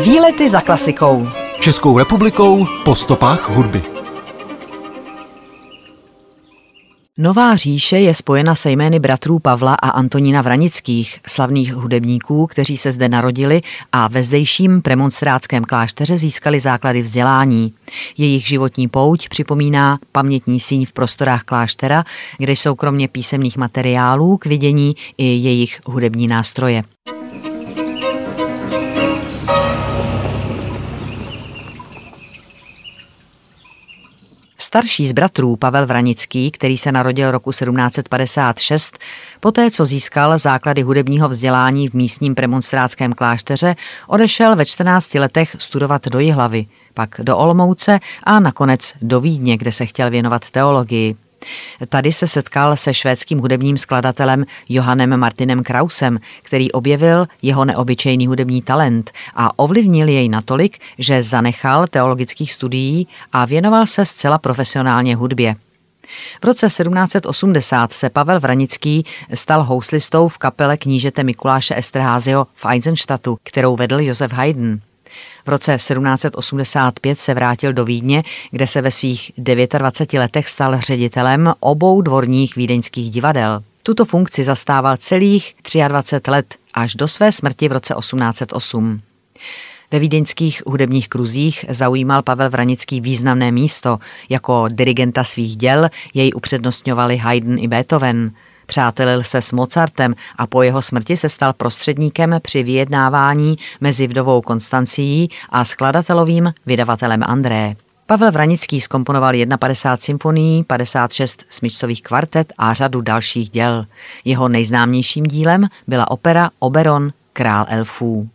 Výlety za klasikou. Českou republikou po stopách hudby. Nová říše je spojena se jmény bratrů Pavla a Antonína Vranických, slavných hudebníků, kteří se zde narodili a ve zdejším premonstrátském klášteře získali základy vzdělání. Jejich životní pouť připomíná pamětní síň v prostorách kláštera, kde jsou kromě písemných materiálů k vidění i jejich hudební nástroje. Starší z bratrů Pavel Vranický, který se narodil roku 1756, poté co získal základy hudebního vzdělání v místním premonstrátském klášteře, odešel ve 14 letech studovat do Jihlavy, pak do Olomouce a nakonec do Vídně, kde se chtěl věnovat teologii. Tady se setkal se švédským hudebním skladatelem Johannem Martinem Krausem, který objevil jeho neobyčejný hudební talent a ovlivnil jej natolik, že zanechal teologických studií a věnoval se zcela profesionálně hudbě. V roce 1780 se Pavel Vranický stal houslistou v kapele knížete Mikuláše Esterházyho v Eisenstadtu, kterou vedl Josef Haydn. V roce 1785 se vrátil do Vídně, kde se ve svých 29 letech stal ředitelem obou dvorních vídeňských divadel. Tuto funkci zastával celých 23 let až do své smrti v roce 1808. Ve vídeňských hudebních kruzích zaujímal Pavel Vranický významné místo. Jako dirigenta svých děl jej upřednostňovali Haydn i Beethoven. Přátelil se s Mozartem a po jeho smrti se stal prostředníkem při vyjednávání mezi vdovou Konstancií a skladatelovým vydavatelem André. Pavel Vranický zkomponoval 51 symfonií, 56 smyčcových kvartet a řadu dalších děl. Jeho nejznámějším dílem byla opera Oberon, král elfů.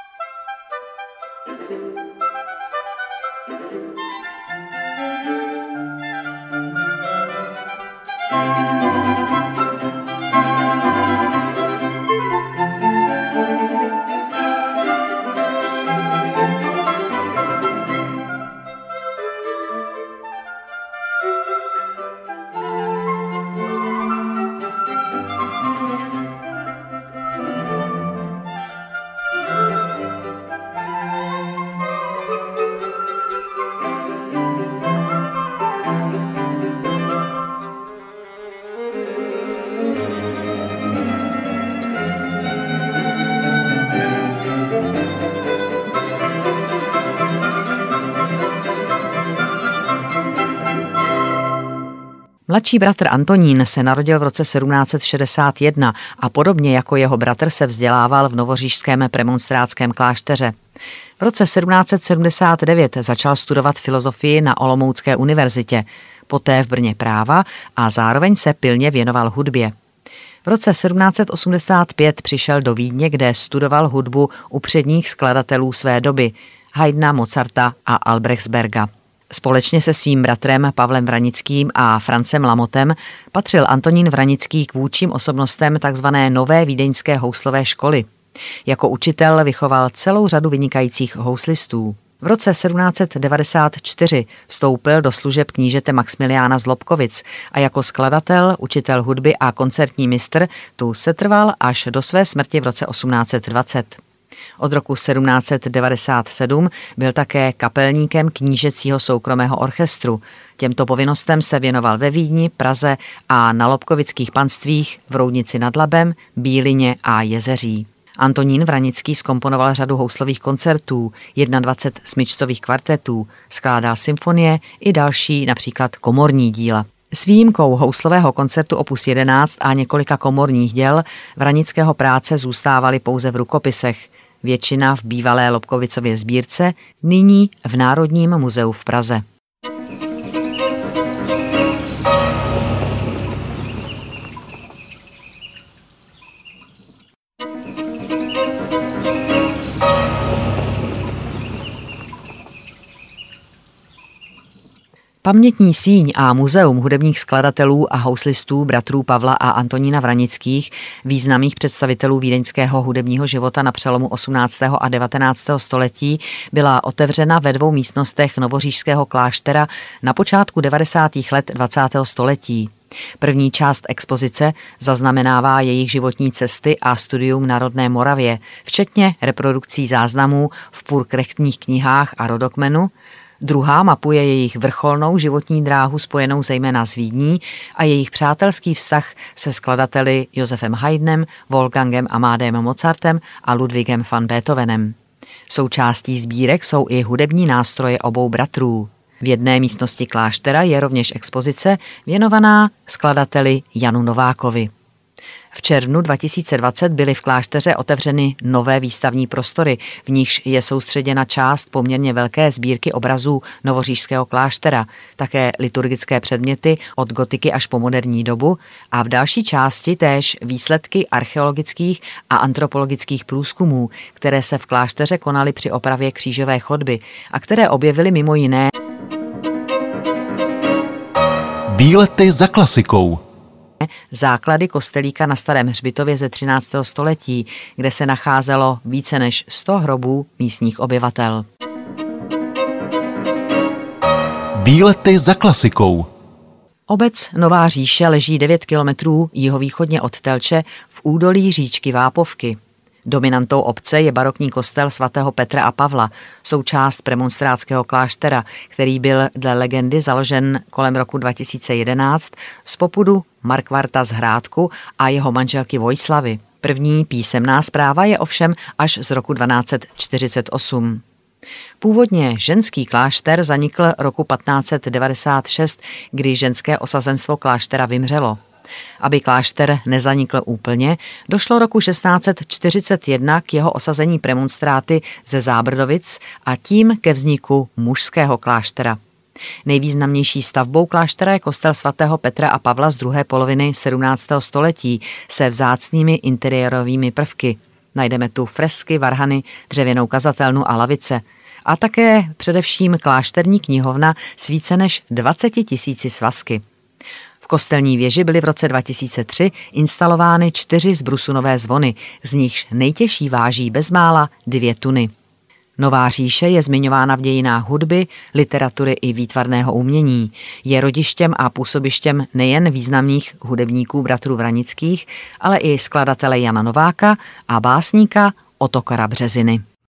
Mladší bratr Antonín se narodil v roce 1761 a podobně jako jeho bratr se vzdělával v novoříšském premonstrátském klášteře. V roce 1779 začal studovat filozofii na Olomoucké univerzitě, poté v Brně práva a zároveň se pilně věnoval hudbě. V roce 1785 přišel do Vídně, kde studoval hudbu u předních skladatelů své doby, Haydna, Mozarta a Albrechtsberga. Společně se svým bratrem Pavlem Vranickým a Francem Lamotem patřil Antonín Vranický k vůdčím osobnostem tzv. Nové vídeňské houslové školy. Jako učitel vychoval celou řadu vynikajících houslistů. V roce 1794 vstoupil do služeb knížete Maxmiliána z Lobkovic a jako skladatel, učitel hudby a koncertní mistr tu setrval až do své smrti v roce 1820. Od roku 1797 byl také kapelníkem knížecího soukromého orchestru. Těmto povinnostem se věnoval ve Vídni, Praze a na lobkovických panstvích v Roudnici nad Labem, Bílině a Jezeří. Antonín Vranický zkomponoval řadu houslových koncertů, 21 smyčcových kvartetů, skládal symfonie i další, například komorní díla. S výjimkou houslového koncertu opus 11 a několika komorních děl Vranického práce zůstávaly pouze v rukopisech. Většina v bývalé Lobkovicově sbírce, nyní v Národním muzeu v Praze. Pamětní síň a muzeum hudebních skladatelů a houslistů bratrů Pavla a Antonína Vranických, významných představitelů vídeňského hudebního života na přelomu 18. a 19. století, byla otevřena ve 2 místnostech novoříšského kláštera na počátku 90. let 20. století. První část expozice zaznamenává jejich životní cesty a studium na rodné Moravě, včetně reprodukcí záznamů v purkrechtních knihách a rodokmenu. Druhá mapuje jejich vrcholnou životní dráhu spojenou zejména s Vídní a jejich přátelský vztah se skladateli Josefem Haydnem, Wolfgangem Amadem Mozartem a Ludwigem van Beethovenem. Součástí sbírek jsou i hudební nástroje obou bratrů. V jedné místnosti kláštera je rovněž expozice věnovaná skladateli Janu Novákovi. V červnu 2020 byly v klášteře otevřeny nové výstavní prostory, v nichž je soustředěna část poměrně velké sbírky obrazů novoříšského kláštera, také liturgické předměty od gotiky až po moderní dobu a v další části též výsledky archeologických a antropologických průzkumů, které se v klášteře konaly při opravě křížové chodby a které objevily mimo jiné Výlety za klasikou. Základy kostelíka na Starém hřbitově ze 13. století, kde se nacházelo více než 100 hrobů místních obyvatel. Výlety za klasikou. Obec Nová Říše leží 9 kilometrů jihovýchodně od Telče v údolí říčky Vápovky. Dominantou obce je barokní kostel svatého Petra a Pavla, součást premonstrátského kláštera, který byl dle legendy založen kolem roku 2011 z popudu Markvarta z Hrádku a jeho manželky Vojslavy. První písemná zpráva je ovšem až z roku 1248. Původně ženský klášter zanikl roku 1596, kdy ženské osazenstvo kláštera vymřelo. Aby klášter nezanikl úplně, došlo roku 1641 k jeho osazení premonstráty ze Zábrdovic a tím ke vzniku mužského kláštera. Nejvýznamnější stavbou kláštera je kostel svatého Petra a Pavla z druhé poloviny 17. století se vzácnými interiérovými prvky. Najdeme tu fresky, varhany, dřevěnou kazatelnu a lavice. A také především klášterní knihovna s více než 20 000 svazky. V kostelní věži byly v roce 2003 instalovány 4 zbrusunové zvony, z nichž nejtěžší váží bezmála 2 tuny. Nová Říše je zmiňována v dějinách hudby, literatury i výtvarného umění. Je rodištěm a působištěm nejen významných hudebníků bratrů Vranických, ale i skladatele Jana Nováka a básníka Ottokara Březiny.